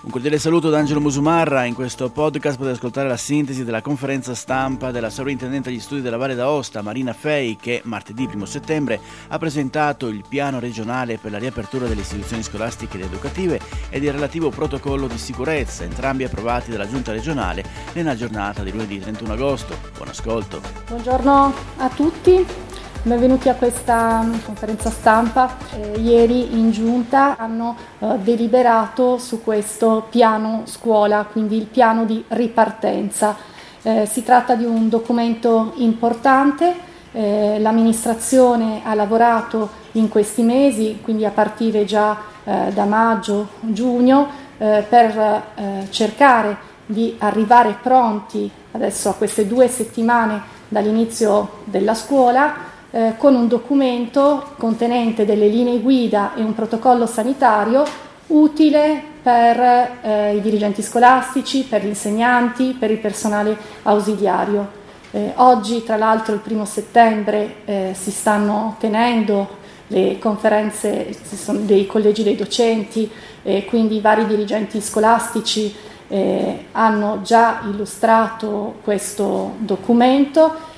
Un cordiale saluto da Angelo Musumarra. In questo podcast potete ascoltare la sintesi della conferenza stampa della sovrintendente agli studi della Valle d'Aosta, Marina Fei, che martedì 1 settembre ha presentato il piano regionale per la riapertura delle istituzioni scolastiche ed educative ed il relativo protocollo di sicurezza, entrambi approvati dalla Giunta regionale nella giornata di lunedì 31 agosto. Buon ascolto. Buongiorno a tutti. Benvenuti a questa conferenza stampa. Ieri in Giunta hanno deliberato su questo piano scuola, quindi il piano di ripartenza. Si tratta di un documento importante, l'amministrazione ha lavorato in questi mesi, quindi a partire già da maggio-giugno, per cercare di arrivare pronti adesso a queste 2 settimane dall'inizio della scuola, con un documento contenente delle linee guida e un protocollo sanitario utile per i dirigenti scolastici, per gli insegnanti, per il personale ausiliario. Oggi, tra l'altro, il 1 settembre si stanno tenendo le conferenze dei collegi dei docenti, quindi i vari dirigenti scolastici hanno già illustrato questo documento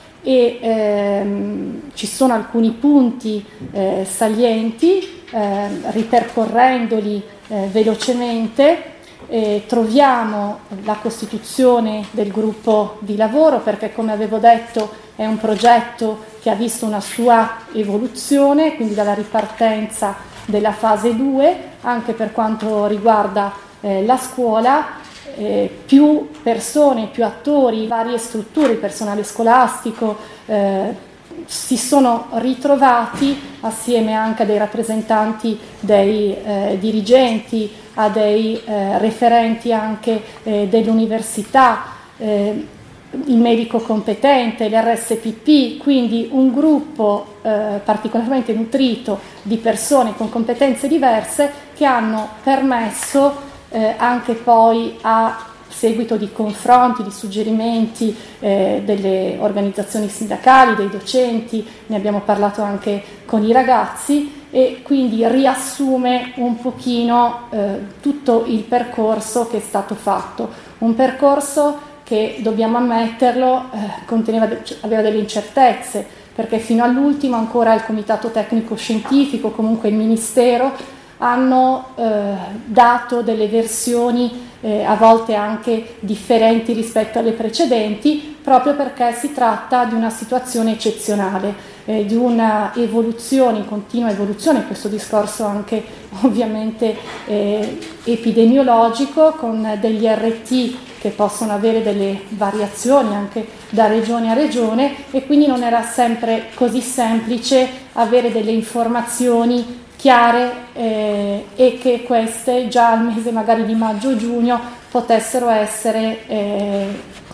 e ci sono alcuni punti salienti, ripercorrendoli velocemente. Troviamo la costituzione del gruppo di lavoro, perché, come avevo detto, è un progetto che ha visto una sua evoluzione, quindi dalla ripartenza della fase 2, anche per quanto riguarda la scuola. Più persone, più attori, varie strutture, il personale scolastico si sono ritrovati assieme anche a dei rappresentanti dei dirigenti, a dei referenti anche dell'università, il medico competente, l'RSPP, quindi un gruppo particolarmente nutrito di persone con competenze diverse che hanno permesso anche poi a seguito di confronti, di suggerimenti delle organizzazioni sindacali, dei docenti, ne abbiamo parlato anche con i ragazzi, e quindi riassume un pochino tutto il percorso che è stato fatto. Un percorso che, dobbiamo ammetterlo, aveva delle incertezze, perché fino all'ultimo ancora il Comitato Tecnico Scientifico, comunque il Ministero, hanno dato delle versioni a volte anche differenti rispetto alle precedenti, proprio perché si tratta di una situazione eccezionale, di una evoluzione, continua evoluzione, questo discorso anche ovviamente epidemiologico, con degli RT che possono avere delle variazioni anche da regione a regione, e quindi non era sempre così semplice avere delle informazioni chiare e che queste già al mese magari di maggio-giugno potessero essere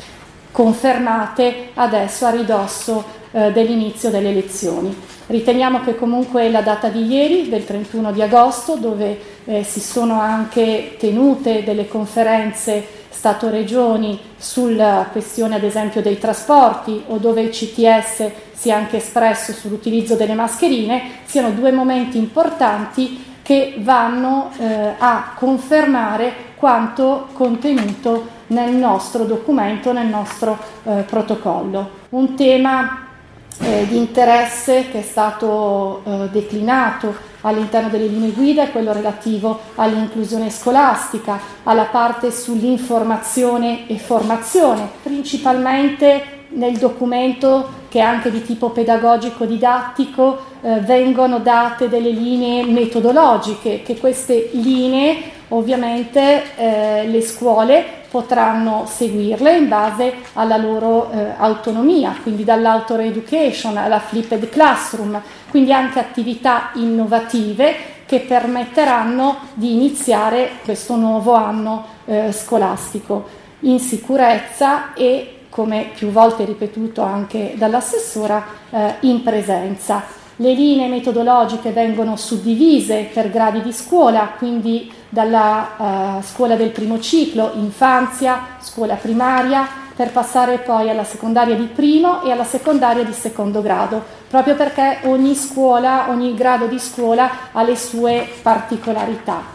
confermate adesso a ridosso dell'inizio delle lezioni. Riteniamo che comunque la data di ieri, del 31 di agosto, dove si sono anche tenute delle conferenze Stato-Regioni sulla questione ad esempio dei trasporti, o dove il CTS si è anche espresso sull'utilizzo delle mascherine, siano 2 momenti importanti che vanno a confermare quanto contenuto nel nostro documento, nel nostro protocollo. Un tema di interesse che è stato declinato all'interno delle linee guida è quello relativo all'inclusione scolastica, alla parte sull'informazione e formazione. Principalmente nel documento, che è anche di tipo pedagogico-didattico, vengono date delle linee metodologiche, che queste linee ovviamente le scuole potranno seguirle in base alla loro autonomia, quindi dall'auto-education alla flipped classroom, quindi anche attività innovative che permetteranno di iniziare questo nuovo anno scolastico in sicurezza e, come più volte ripetuto anche dall'assessora, in presenza. Le linee metodologiche vengono suddivise per gradi di scuola, quindi dalla scuola del primo ciclo, infanzia, scuola primaria, per passare poi alla secondaria di primo e alla secondaria di secondo grado, proprio perché ogni scuola, ogni grado di scuola ha le sue particolarità.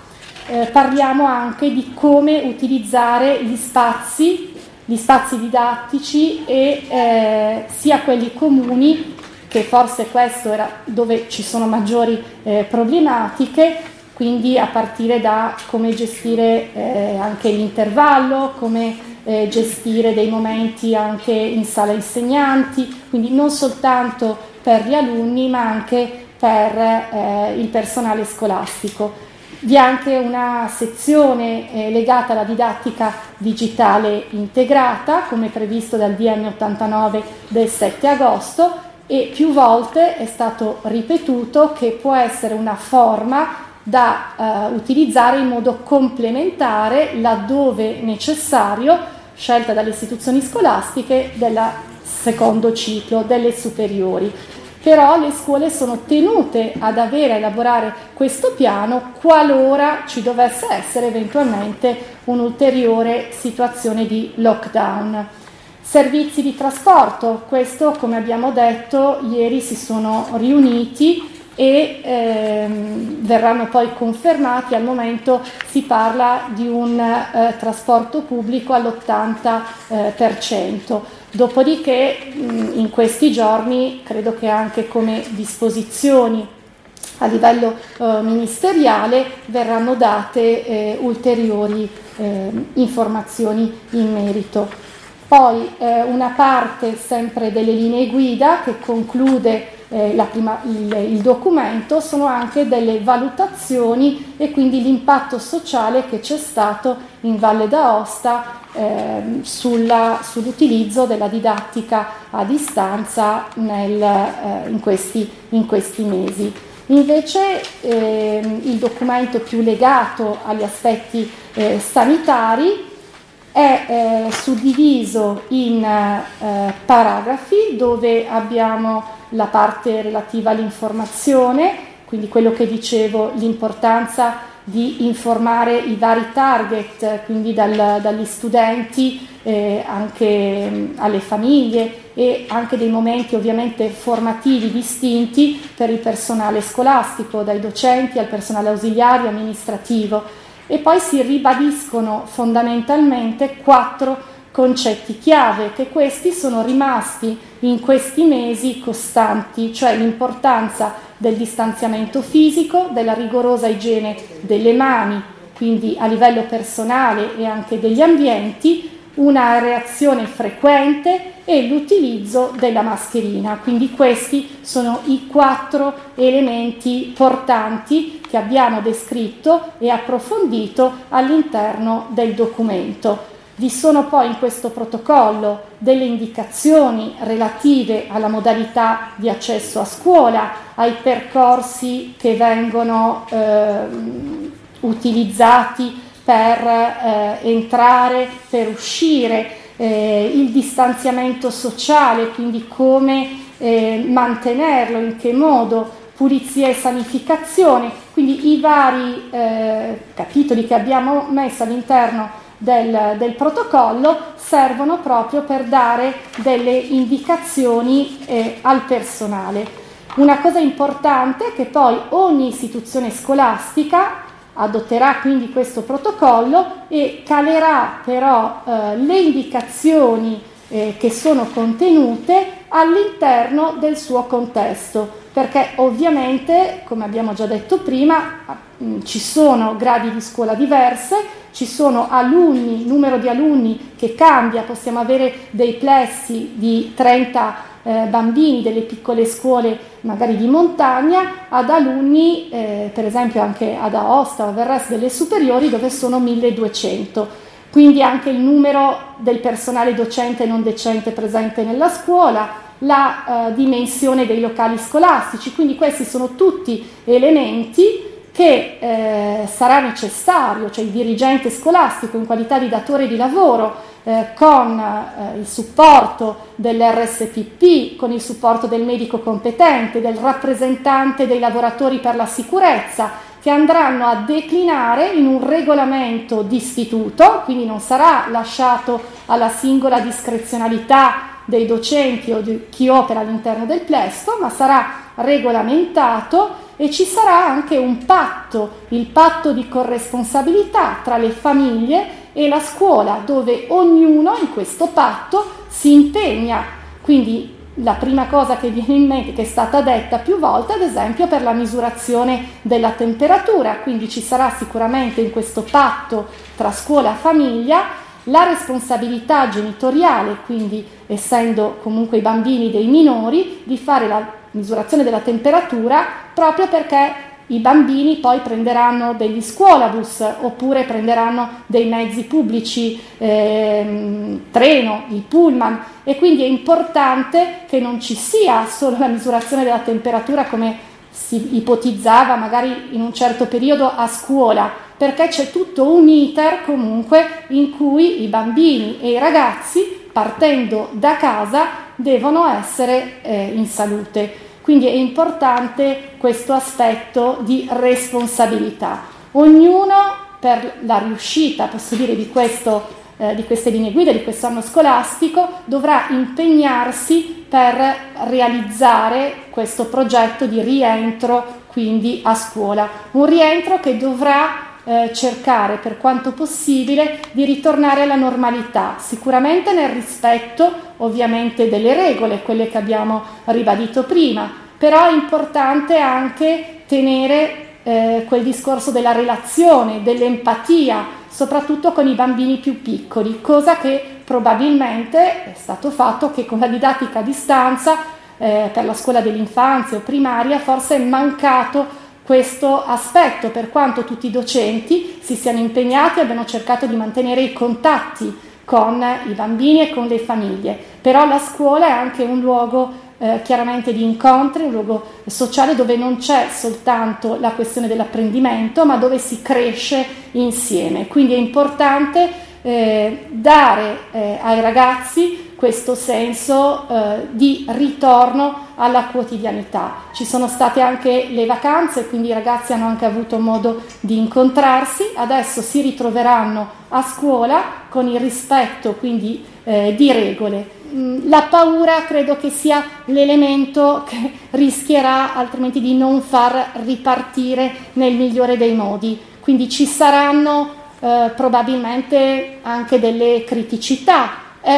parliamo anche di come utilizzare gli spazi didattici e sia quelli comuni, che forse questo era dove ci sono maggiori problematiche, quindi a partire da come gestire anche l'intervallo, come gestire dei momenti anche in sala insegnanti, quindi non soltanto per gli alunni ma anche per il personale scolastico. Vi è anche una sezione legata alla didattica digitale integrata, come previsto dal DM 89 del 7 agosto, e più volte è stato ripetuto che può essere una forma da utilizzare in modo complementare laddove necessario, scelta dalle istituzioni scolastiche del secondo ciclo, delle superiori. Però le scuole sono tenute ad elaborare questo piano qualora ci dovesse essere eventualmente un'ulteriore situazione di lockdown. Servizi di trasporto, questo come abbiamo detto ieri si sono riuniti e verranno poi confermati. Al momento si parla di un trasporto pubblico all'80%. Dopodiché in questi giorni credo che anche come disposizioni a livello ministeriale verranno date ulteriori informazioni in merito. Poi una parte sempre delle linee guida che conclude il documento sono anche delle valutazioni e quindi l'impatto sociale che c'è stato in Valle d'Aosta sull'utilizzo della didattica a distanza in questi mesi. Invece il documento più legato agli aspetti sanitari è suddiviso in paragrafi dove abbiamo la parte relativa all'informazione, quindi quello che dicevo, l'importanza di informare i vari target, quindi dagli studenti anche alle famiglie, e anche dei momenti ovviamente formativi distinti per il personale scolastico, dai docenti al personale ausiliario amministrativo. E poi si ribadiscono fondamentalmente 4 concetti chiave, che questi sono rimasti in questi mesi costanti, cioè l'importanza del distanziamento fisico, della rigorosa igiene delle mani, quindi a livello personale e anche degli ambienti, una reazione frequente e l'utilizzo della mascherina. Quindi questi sono i 4 elementi portanti che abbiamo descritto e approfondito all'interno del documento. Vi sono poi in questo protocollo delle indicazioni relative alla modalità di accesso a scuola, ai percorsi che vengono utilizzati per entrare, per uscire, il distanziamento sociale, quindi come mantenerlo, in che modo, pulizia e sanificazione, quindi i vari capitoli che abbiamo messo all'interno del protocollo servono proprio per dare delle indicazioni al personale. Una cosa importante è che poi ogni istituzione scolastica adotterà quindi questo protocollo e calerà però le indicazioni che sono contenute all'interno del suo contesto, perché ovviamente, come abbiamo già detto prima, ci sono gradi di scuola diverse, ci sono alunni, numero di alunni che cambia, possiamo avere dei plessi di 30 bambini delle piccole scuole magari di montagna ad alunni per esempio anche ad Aosta o Verres delle superiori dove sono 1200, quindi anche il numero del personale docente e non docente presente nella scuola, la dimensione dei locali scolastici, quindi questi sono tutti elementi che sarà necessario, cioè il dirigente scolastico in qualità di datore di lavoro con il supporto dell'RSPP, con il supporto del medico competente, del rappresentante dei lavoratori per la sicurezza, che andranno a declinare in un regolamento d'istituto, quindi non sarà lasciato alla singola discrezionalità dei docenti o di chi opera all'interno del plesto, ma sarà regolamentato e ci sarà anche un patto, il patto di corresponsabilità tra le famiglie e la scuola, dove ognuno in questo patto si impegna. Quindi la prima cosa che viene in mente, che è stata detta più volte, ad esempio per la misurazione della temperatura, quindi ci sarà sicuramente in questo patto tra scuola e famiglia la responsabilità genitoriale, quindi essendo comunque i bambini dei minori, di fare la misurazione della temperatura, proprio perché i bambini poi prenderanno degli scuolabus oppure prenderanno dei mezzi pubblici, treno, il pullman, e quindi è importante che non ci sia solo la misurazione della temperatura come si ipotizzava magari in un certo periodo a scuola, perché c'è tutto un iter comunque in cui i bambini e i ragazzi, partendo da casa, devono essere in salute. Quindi è importante questo aspetto di responsabilità. Ognuno per la riuscita, posso dire, di queste linee guida, di questo anno scolastico, dovrà impegnarsi per realizzare questo progetto di rientro quindi a scuola. Un rientro che dovrà cercare per quanto possibile di ritornare alla normalità, sicuramente nel rispetto ovviamente delle regole, quelle che abbiamo ribadito prima, però è importante anche tenere quel discorso della relazione, dell'empatia, soprattutto con i bambini più piccoli, cosa che probabilmente è stato fatto che con la didattica a distanza per la scuola dell'infanzia o primaria forse è mancato questo aspetto, per quanto tutti i docenti si siano impegnati e abbiano cercato di mantenere i contatti con i bambini e con le famiglie. Però la scuola è anche un luogo chiaramente di incontri, un luogo sociale dove non c'è soltanto la questione dell'apprendimento, ma dove si cresce insieme. Quindi è importante dare ai ragazzi questo senso di ritorno alla quotidianità. Ci sono state anche le vacanze, quindi i ragazzi hanno anche avuto modo di incontrarsi, adesso si ritroveranno a scuola con il rispetto quindi di regole. La paura credo che sia l'elemento che rischierà altrimenti di non far ripartire nel migliore dei modi, quindi ci saranno probabilmente anche delle criticità,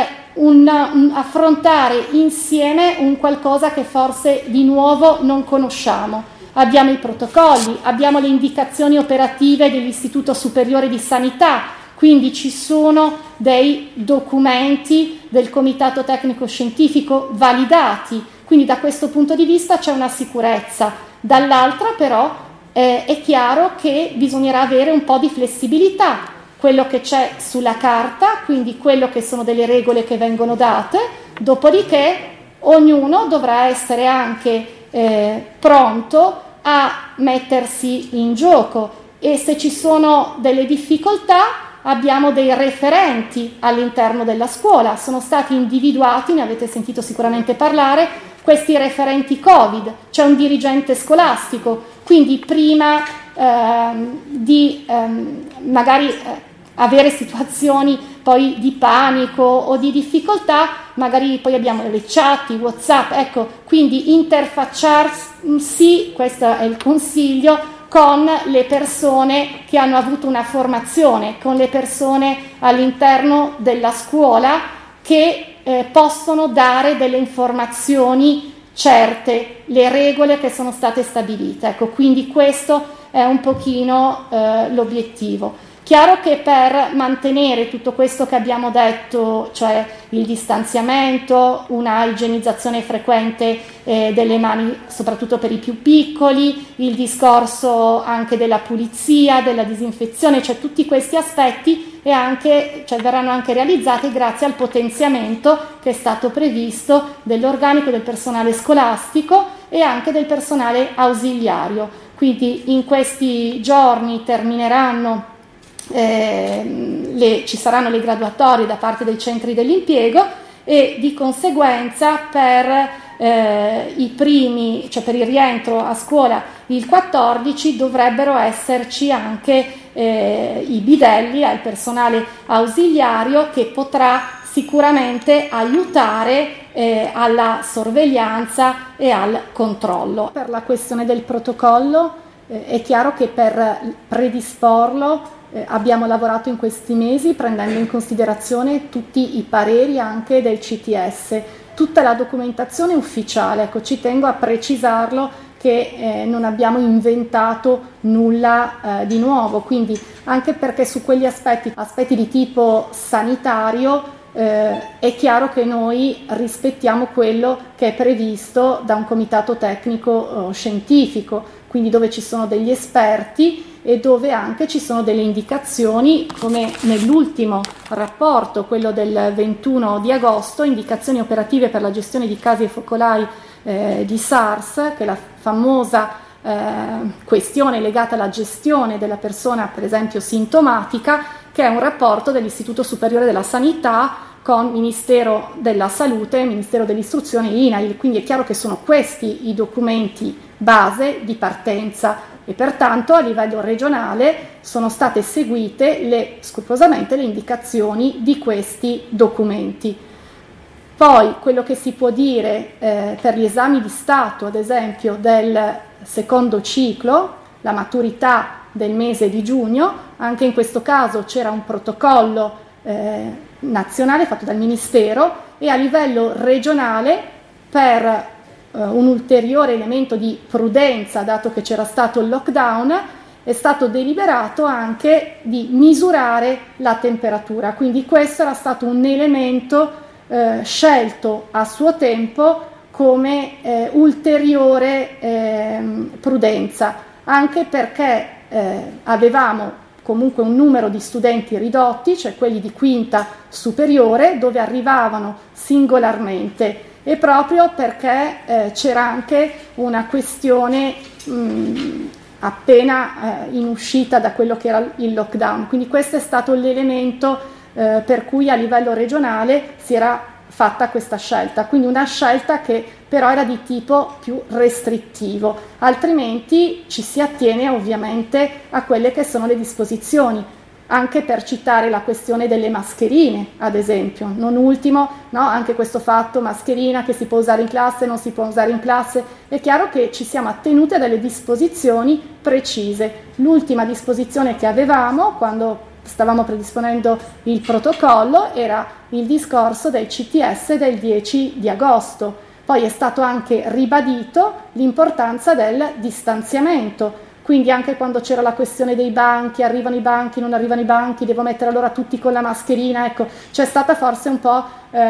affrontare insieme un qualcosa che forse di nuovo non conosciamo. Abbiamo i protocolli, abbiamo le indicazioni operative dell'Istituto Superiore di Sanità, quindi ci sono dei documenti del Comitato Tecnico Scientifico validati, quindi da questo punto di vista c'è una sicurezza. Dall'altra però è chiaro che bisognerà avere un po' di flessibilità, quello che c'è sulla carta, quindi quello che sono delle regole che vengono date, dopodiché ognuno dovrà essere anche pronto a mettersi in gioco e se ci sono delle difficoltà abbiamo dei referenti all'interno della scuola, sono stati individuati, ne avete sentito sicuramente parlare, questi referenti Covid, c'è un dirigente scolastico, quindi prima di magari avere situazioni poi di panico o di difficoltà, magari poi abbiamo le chat, i WhatsApp, ecco, quindi interfacciarsi, questo è il consiglio, con le persone che hanno avuto una formazione, con le persone all'interno della scuola che possono dare delle informazioni certe, le regole che sono state stabilite. Ecco, quindi questo è un pochino l'obiettivo. Chiaro che per mantenere tutto questo che abbiamo detto, cioè il distanziamento, una igienizzazione frequente delle mani, soprattutto per i più piccoli, il discorso anche della pulizia, della disinfezione, cioè tutti questi aspetti verranno anche realizzati grazie al potenziamento che è stato previsto dell'organico del personale scolastico e anche del personale ausiliario. Quindi in questi giorni termineranno ci saranno le graduatorie da parte dei centri dell'impiego e di conseguenza per i primi, cioè per il rientro a scuola il 14 dovrebbero esserci anche i bidelli al personale ausiliario che potrà sicuramente aiutare alla sorveglianza e al controllo. Per la questione del protocollo è chiaro che per predisporlo abbiamo lavorato in questi mesi prendendo in considerazione tutti i pareri anche del CTS, tutta la documentazione ufficiale, ecco, ci tengo a precisarlo che non abbiamo inventato nulla di nuovo, quindi anche perché su quegli aspetti di tipo sanitario è chiaro che noi rispettiamo quello che è previsto da un comitato tecnico scientifico, quindi dove ci sono degli esperti e dove anche ci sono delle indicazioni, come nell'ultimo rapporto, quello del 21 di agosto, indicazioni operative per la gestione di casi e focolai di SARS, che è la famosa questione legata alla gestione della persona, per esempio sintomatica, che è un rapporto dell'Istituto Superiore della Sanità con Ministero della Salute, Ministero dell'Istruzione e INAIL, quindi è chiaro che sono questi i documenti base di partenza e pertanto a livello regionale sono state seguite scrupolosamente le indicazioni di questi documenti. Poi quello che si può dire per gli esami di Stato, ad esempio del secondo ciclo, la maturità del mese di giugno, anche in questo caso c'era un protocollo nazionale fatto dal Ministero e a livello regionale per un ulteriore elemento di prudenza, dato che c'era stato il lockdown, è stato deliberato anche di misurare la temperatura, quindi questo era stato un elemento scelto a suo tempo come ulteriore prudenza, anche perché avevamo comunque un numero di studenti ridotti, cioè quelli di quinta superiore, dove arrivavano singolarmente, e proprio perché c'era anche una questione appena in uscita da quello che era il lockdown. Quindi questo è stato l'elemento per cui a livello regionale si era fatta questa scelta, quindi una scelta che però era di tipo più restrittivo, altrimenti ci si attiene ovviamente a quelle che sono le disposizioni, anche per citare la questione delle mascherine, ad esempio, non ultimo, no? Anche questo fatto, mascherina che si può usare in classe, non si può usare in classe, è chiaro che ci siamo attenuti a delle disposizioni precise. L'ultima disposizione che avevamo quando stavamo predisponendo il protocollo era il discorso del CTS del 10 di agosto, poi è stato anche ribadito l'importanza del distanziamento. Quindi anche quando c'era la questione dei banchi, arrivano i banchi, non arrivano i banchi, devo mettere allora tutti con la mascherina, ecco, c'è stata forse un po'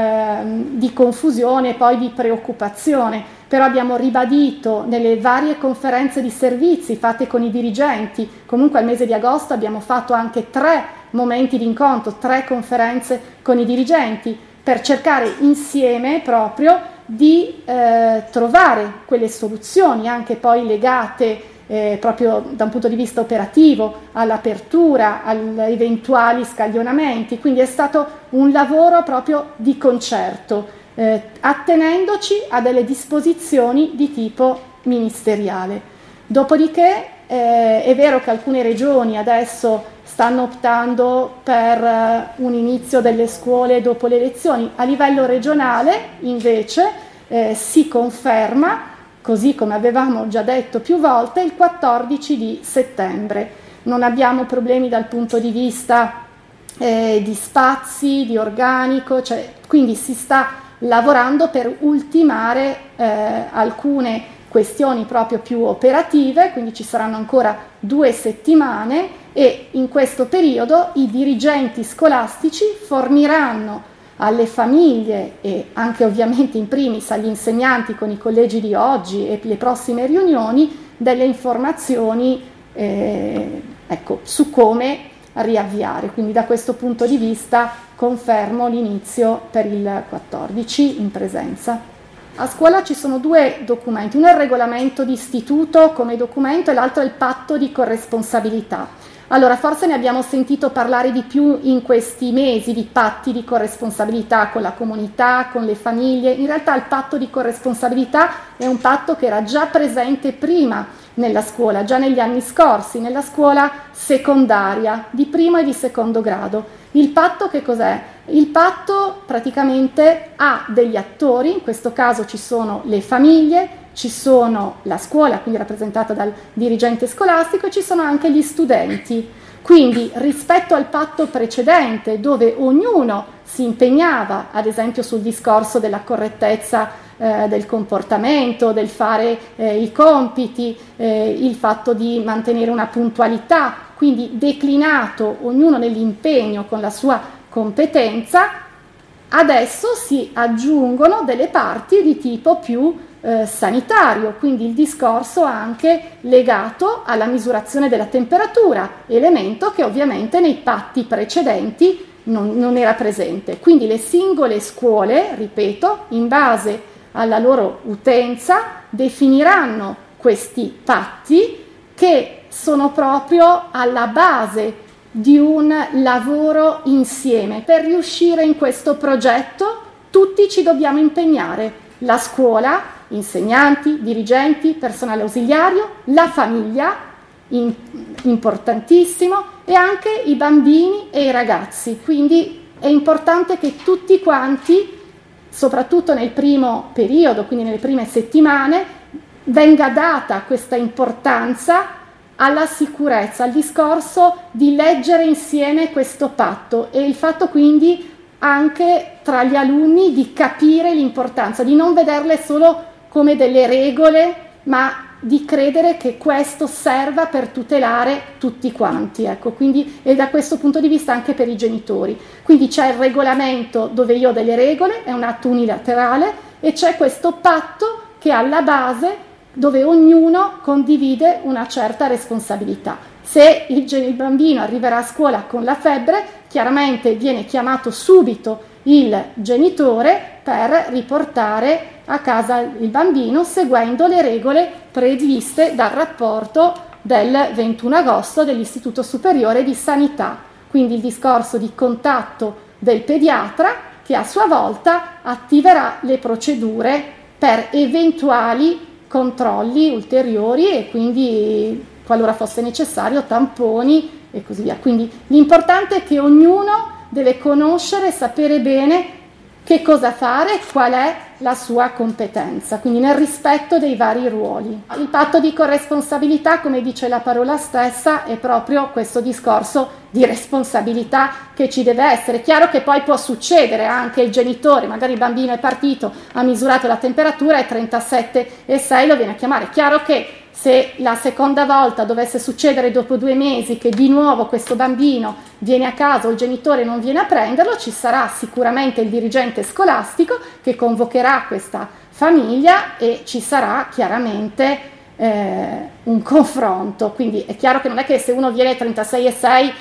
di confusione e poi di preoccupazione, però abbiamo ribadito nelle varie conferenze di servizi fatte con i dirigenti, comunque al mese di agosto abbiamo fatto anche 3 momenti di incontro, 3 conferenze con i dirigenti, per cercare insieme proprio di trovare quelle soluzioni anche poi legate proprio da un punto di vista operativo all'apertura, agli eventuali scaglionamenti, quindi è stato un lavoro proprio di concerto, attenendoci a delle disposizioni di tipo ministeriale. Dopodiché è vero che alcune regioni adesso stanno optando per un inizio delle scuole dopo le elezioni, a livello regionale invece si conferma, così come avevamo già detto più volte, il 14 di settembre. Non abbiamo problemi dal punto di vista di spazi, di organico, quindi si sta lavorando per ultimare alcune questioni proprio più operative, quindi ci saranno ancora 2 settimane e in questo periodo i dirigenti scolastici forniranno alle famiglie e anche ovviamente in primis agli insegnanti con i collegi di oggi e le prossime riunioni delle informazioni su come riavviare. Quindi da questo punto di vista confermo l'inizio per il 14 in presenza. A scuola ci sono 2 documenti, uno è il regolamento di istituto come documento e l'altro è il patto di corresponsabilità. Allora, forse ne abbiamo sentito parlare di più in questi mesi di patti di corresponsabilità con la comunità, con le famiglie. In realtà il patto di corresponsabilità è un patto che era già presente prima nella scuola, già negli anni scorsi, nella scuola secondaria di primo e di secondo grado. Il patto che cos'è? Il patto praticamente ha degli attori, in questo caso ci sono le famiglie, ci sono la scuola, quindi rappresentata dal dirigente scolastico, e ci sono anche gli studenti. Quindi rispetto al patto precedente, dove ognuno si impegnava, ad esempio sul discorso della correttezza del comportamento, del fare i compiti, il fatto di mantenere una puntualità, quindi declinato ognuno nell'impegno con la sua competenza, adesso si aggiungono delle parti di tipo più sanitario, quindi il discorso anche legato alla misurazione della temperatura, elemento che ovviamente nei patti precedenti non era presente. Quindi le singole scuole, ripeto, in base alla loro utenza, definiranno questi patti che sono proprio alla base di un lavoro insieme. Per riuscire in questo progetto tutti ci dobbiamo impegnare, la scuola, insegnanti, dirigenti, personale ausiliario, la famiglia, importantissimo, e anche i bambini e i ragazzi. Quindi è importante che tutti quanti, soprattutto nel primo periodo, quindi nelle prime settimane, venga data questa importanza alla sicurezza, al discorso di leggere insieme questo patto, e il fatto quindi anche tra gli alunni di capire l'importanza, di non vederle solo come delle regole, ma di credere che questo serva per tutelare tutti quanti, ecco, quindi, e da questo punto di vista anche per i genitori. Quindi c'è il regolamento dove io ho delle regole, è un atto unilaterale, e c'è questo patto che è alla base, dove ognuno condivide una certa responsabilità. Se il bambino arriverà a scuola con la febbre, chiaramente viene chiamato subito il genitore per riportare a casa il bambino seguendo le regole previste dal rapporto del 21 agosto dell'Istituto Superiore di Sanità. Quindi il discorso di contatto del pediatra, che a sua volta attiverà le procedure per eventuali controlli ulteriori e quindi, qualora fosse necessario, tamponi e così via. Quindi l'importante è che ognuno deve conoscere e sapere bene che cosa fare, qual è la sua competenza, quindi nel rispetto dei vari ruoli. Il patto di corresponsabilità, come dice la parola stessa, è proprio questo discorso di responsabilità che ci deve essere. Chiaro che poi può succedere anche il genitore, magari il bambino è partito, ha misurato la temperatura e 37,6 lo viene a chiamare. Chiaro che se la seconda volta dovesse succedere dopo 2 mesi che di nuovo questo bambino viene a casa o il genitore non viene a prenderlo, ci sarà sicuramente il dirigente scolastico che convocherà questa famiglia e ci sarà chiaramente un confronto. Quindi è chiaro che non è che se uno viene 36,6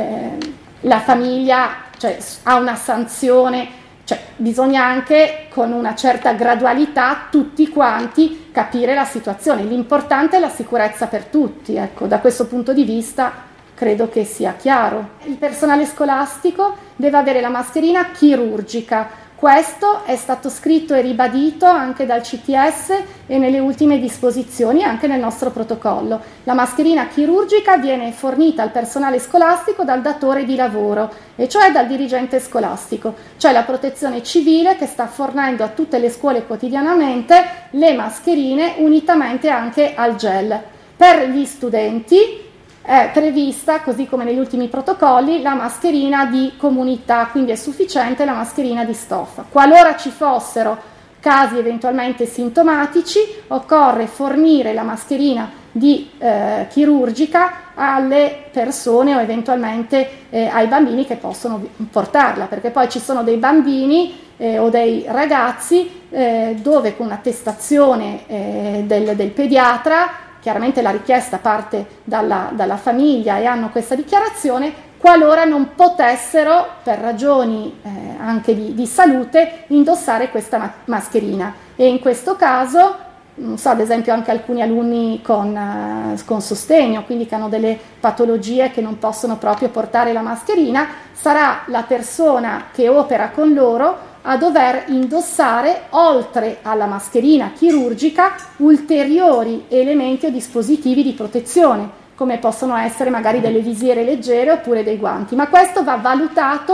la famiglia, cioè, ha una sanzione. Cioè, bisogna anche con una certa gradualità tutti quanti capire la situazione. L'importante è la sicurezza per tutti, ecco, da questo punto di vista credo che sia chiaro. Il personale scolastico deve avere la mascherina chirurgica. Questo è stato scritto e ribadito anche dal CTS e nelle ultime disposizioni, anche nel nostro protocollo. La mascherina chirurgica viene fornita al personale scolastico dal datore di lavoro, e cioè dal dirigente scolastico. Cioè la protezione civile che sta fornendo a tutte le scuole quotidianamente le mascherine unitamente anche al gel. Per gli studenti è prevista, così come negli ultimi protocolli, la mascherina di comunità, quindi è sufficiente la mascherina di stoffa. Qualora ci fossero casi eventualmente sintomatici, occorre fornire la mascherina chirurgica alle persone o eventualmente ai bambini che possono portarla, perché poi ci sono dei bambini o dei ragazzi dove con un'attestazione del pediatra, chiaramente la richiesta parte dalla famiglia e hanno questa dichiarazione, qualora non potessero, per ragioni anche di salute, indossare questa mascherina. E in questo caso, non so, ad esempio anche alcuni alunni con sostegno, quindi che hanno delle patologie che non possono proprio portare la mascherina, sarà la persona che opera con loro a dover indossare, oltre alla mascherina chirurgica, ulteriori elementi o dispositivi di protezione, come possono essere magari delle visiere leggere oppure dei guanti. Ma questo va valutato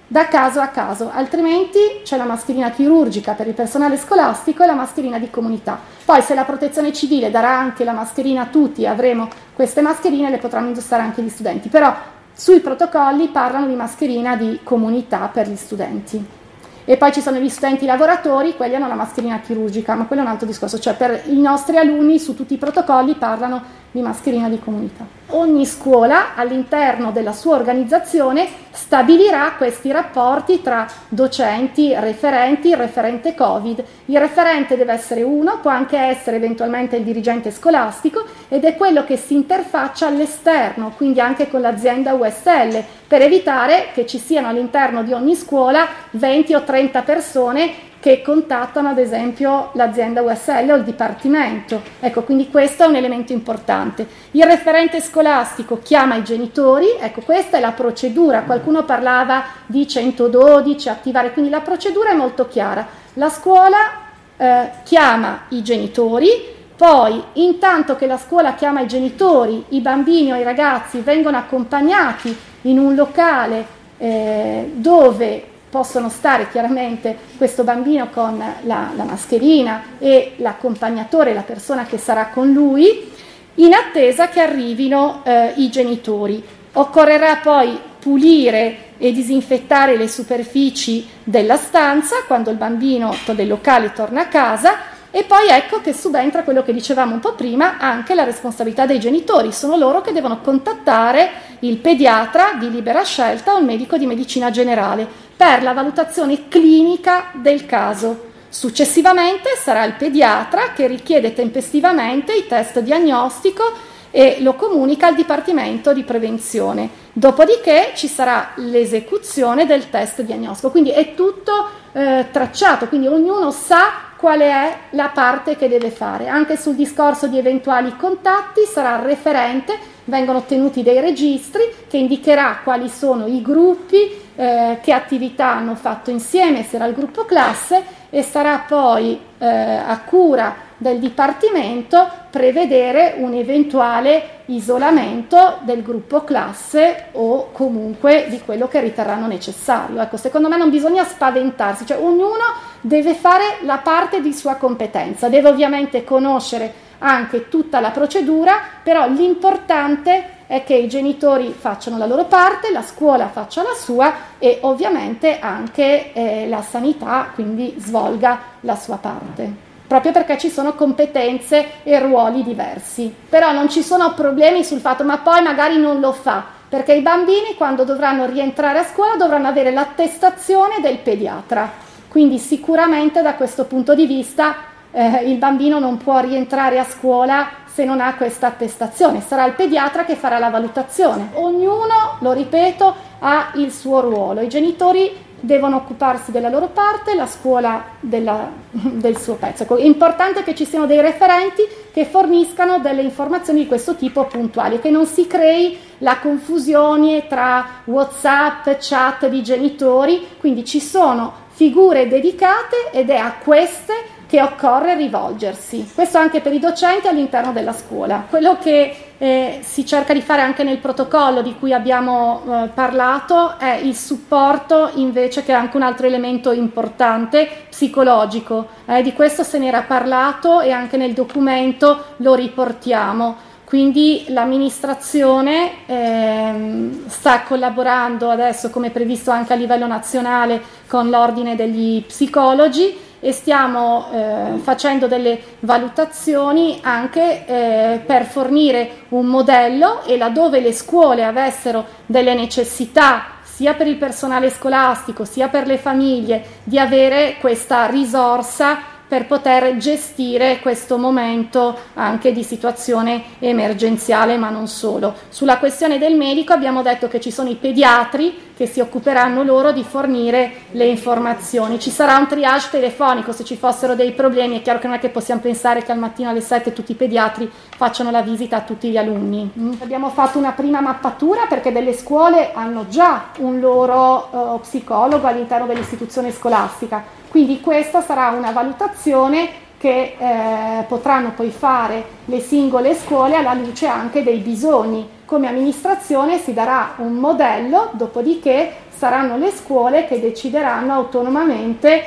da caso a caso, altrimenti c'è la mascherina chirurgica per il personale scolastico e la mascherina di comunità. Poi se la protezione civile darà anche la mascherina a tutti e avremo queste mascherine, le potranno indossare anche gli studenti, però sui protocolli parlano di mascherina di comunità per gli studenti. E poi ci sono gli studenti lavoratori, quelli hanno la mascherina chirurgica, ma quello è un altro discorso, cioè per i nostri alunni su tutti i protocolli parlano di mascherina di comunità. Ogni scuola all'interno della sua organizzazione stabilirà questi rapporti tra docenti, referenti, il referente Covid. Il referente deve essere uno, può anche essere eventualmente il dirigente scolastico ed è quello che si interfaccia all'esterno, quindi anche con l'azienda USL, per evitare che ci siano all'interno di ogni scuola 20 o 30 persone che contattano ad esempio l'azienda USL o il dipartimento. Ecco, quindi questo è un elemento importante. Il referente scolastico chiama i genitori, ecco, questa è la procedura. Qualcuno parlava di 112, attivare, quindi la procedura è molto chiara. La scuola chiama i genitori, poi intanto che la scuola chiama i genitori, i bambini o i ragazzi vengono accompagnati in un locale dove possono stare chiaramente questo bambino con la mascherina e l'accompagnatore, la persona che sarà con lui, in attesa che arrivino i genitori. Occorrerà poi pulire e disinfettare le superfici della stanza quando il bambino del locale torna a casa. E poi ecco che subentra quello che dicevamo un po' prima, anche la responsabilità dei genitori. Sono loro che devono contattare il pediatra di libera scelta o il medico di medicina generale per la valutazione clinica del caso. Successivamente sarà il pediatra che richiede tempestivamente il test diagnostico e lo comunica al Dipartimento di Prevenzione. Dopodiché ci sarà l'esecuzione del test diagnostico. Quindi è tutto tracciato, quindi ognuno sa qual è la parte che deve fare. Anche sul discorso di eventuali contatti sarà il referente, vengono tenuti dei registri che indicherà quali sono i gruppi, che attività hanno fatto insieme, sarà il gruppo classe e sarà poi a cura del Dipartimento prevedere un eventuale isolamento del gruppo classe o comunque di quello che riterranno necessario. Ecco, secondo me non bisogna spaventarsi, cioè ognuno deve fare la parte di sua competenza, deve ovviamente conoscere anche tutta la procedura, però l'importante è che i genitori facciano la loro parte, la scuola faccia la sua e ovviamente anche la sanità quindi svolga la sua parte, proprio perché ci sono competenze e ruoli diversi. Però non ci sono problemi sul fatto ma poi magari non lo fa, perché i bambini quando dovranno rientrare a scuola dovranno avere l'attestazione del pediatra, quindi sicuramente da questo punto di vista il bambino non può rientrare a scuola se non ha questa attestazione, sarà il pediatra che farà la valutazione. Ognuno, lo ripeto, ha il suo ruolo, i genitori devono occuparsi della loro parte, la scuola del suo pezzo. È importante che ci siano dei referenti che forniscano delle informazioni di questo tipo puntuali, che non si crei la confusione tra WhatsApp, chat di genitori, quindi ci sono figure dedicate ed è a queste che occorre rivolgersi. Questo anche per i docenti all'interno della scuola. Quello che si cerca di fare anche nel protocollo di cui abbiamo parlato è il supporto invece, che è anche un altro elemento importante, psicologico. Di questo se ne era parlato e anche nel documento lo riportiamo. Quindi l'amministrazione sta collaborando adesso, come previsto anche a livello nazionale, con l'ordine degli psicologi e stiamo facendo delle valutazioni anche per fornire un modello e laddove le scuole avessero delle necessità sia per il personale scolastico sia per le famiglie di avere questa risorsa per poter gestire questo momento anche di situazione emergenziale, ma non solo. Sulla questione del medico abbiamo detto che ci sono i pediatri che si occuperanno loro di fornire le informazioni. Ci sarà un triage telefonico se ci fossero dei problemi. È chiaro che non è che possiamo pensare che al mattino alle 7 tutti i pediatri facciano la visita a tutti gli alunni. Abbiamo fatto una prima mappatura perché delle scuole hanno già un loro psicologo all'interno dell'istituzione scolastica. Quindi questa sarà una valutazione che potranno poi fare le singole scuole alla luce anche dei bisogni. Come amministrazione si darà un modello, dopodiché saranno le scuole che decideranno autonomamente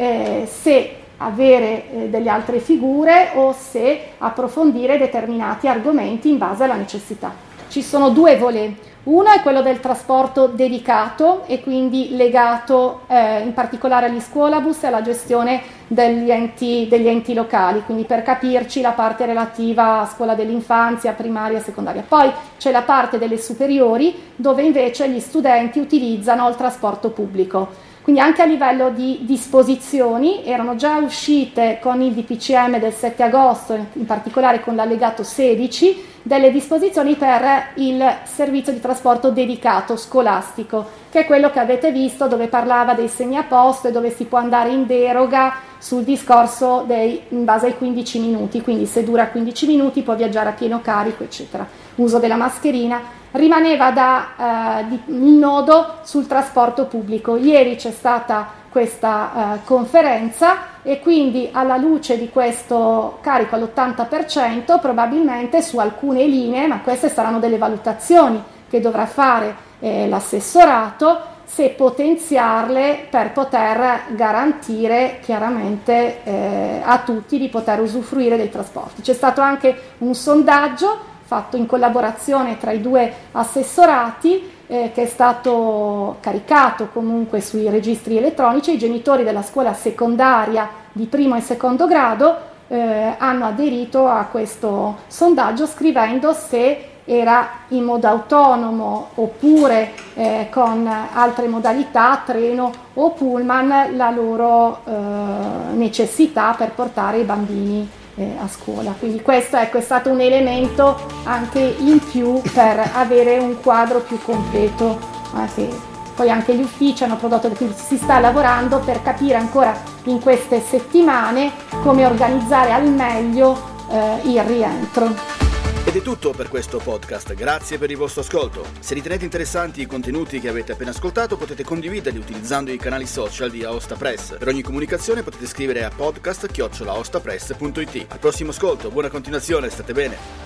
se avere delle altre figure o se approfondire determinati argomenti in base alla necessità. Ci sono due volets. Uno è quello del trasporto dedicato e quindi legato in particolare agli scuolabus e alla gestione degli enti locali, quindi per capirci la parte relativa a scuola dell'infanzia, primaria e secondaria. Poi c'è la parte delle superiori dove invece gli studenti utilizzano il trasporto pubblico. Quindi anche a livello di disposizioni erano già uscite con il DPCM del 7 agosto, in particolare con l'allegato 16, delle disposizioni per il servizio di trasporto dedicato scolastico, che è quello che avete visto dove parlava dei segnaposto e dove si può andare in deroga sul discorso in base ai 15 minuti, quindi se dura 15 minuti può viaggiare a pieno carico, eccetera. Uso della mascherina. Rimaneva il nodo sul trasporto pubblico. Ieri c'è stata questa conferenza e quindi alla luce di questo carico all'80% probabilmente su alcune linee, ma queste saranno delle valutazioni che dovrà fare l'assessorato, se potenziarle per poter garantire chiaramente a tutti di poter usufruire dei trasporti. C'è stato anche un sondaggio fatto in collaborazione tra i due assessorati che è stato caricato comunque sui registri elettronici. I genitori della scuola secondaria di primo e secondo grado hanno aderito a questo sondaggio scrivendo se era in modo autonomo oppure con altre modalità, treno o pullman, la loro necessità per portare i bambini a scuola. Quindi questo è stato un elemento anche in più per avere un quadro più completo, che poi anche gli uffici hanno prodotto, quindi si sta lavorando per capire ancora in queste settimane come organizzare al meglio il rientro. Ed è tutto per questo podcast, grazie per il vostro ascolto. Se ritenete interessanti i contenuti che avete appena ascoltato potete condividerli utilizzando i canali social di Aosta Press. Per ogni comunicazione potete scrivere a podcast@aostapress.it. Al prossimo ascolto, buona continuazione, state bene!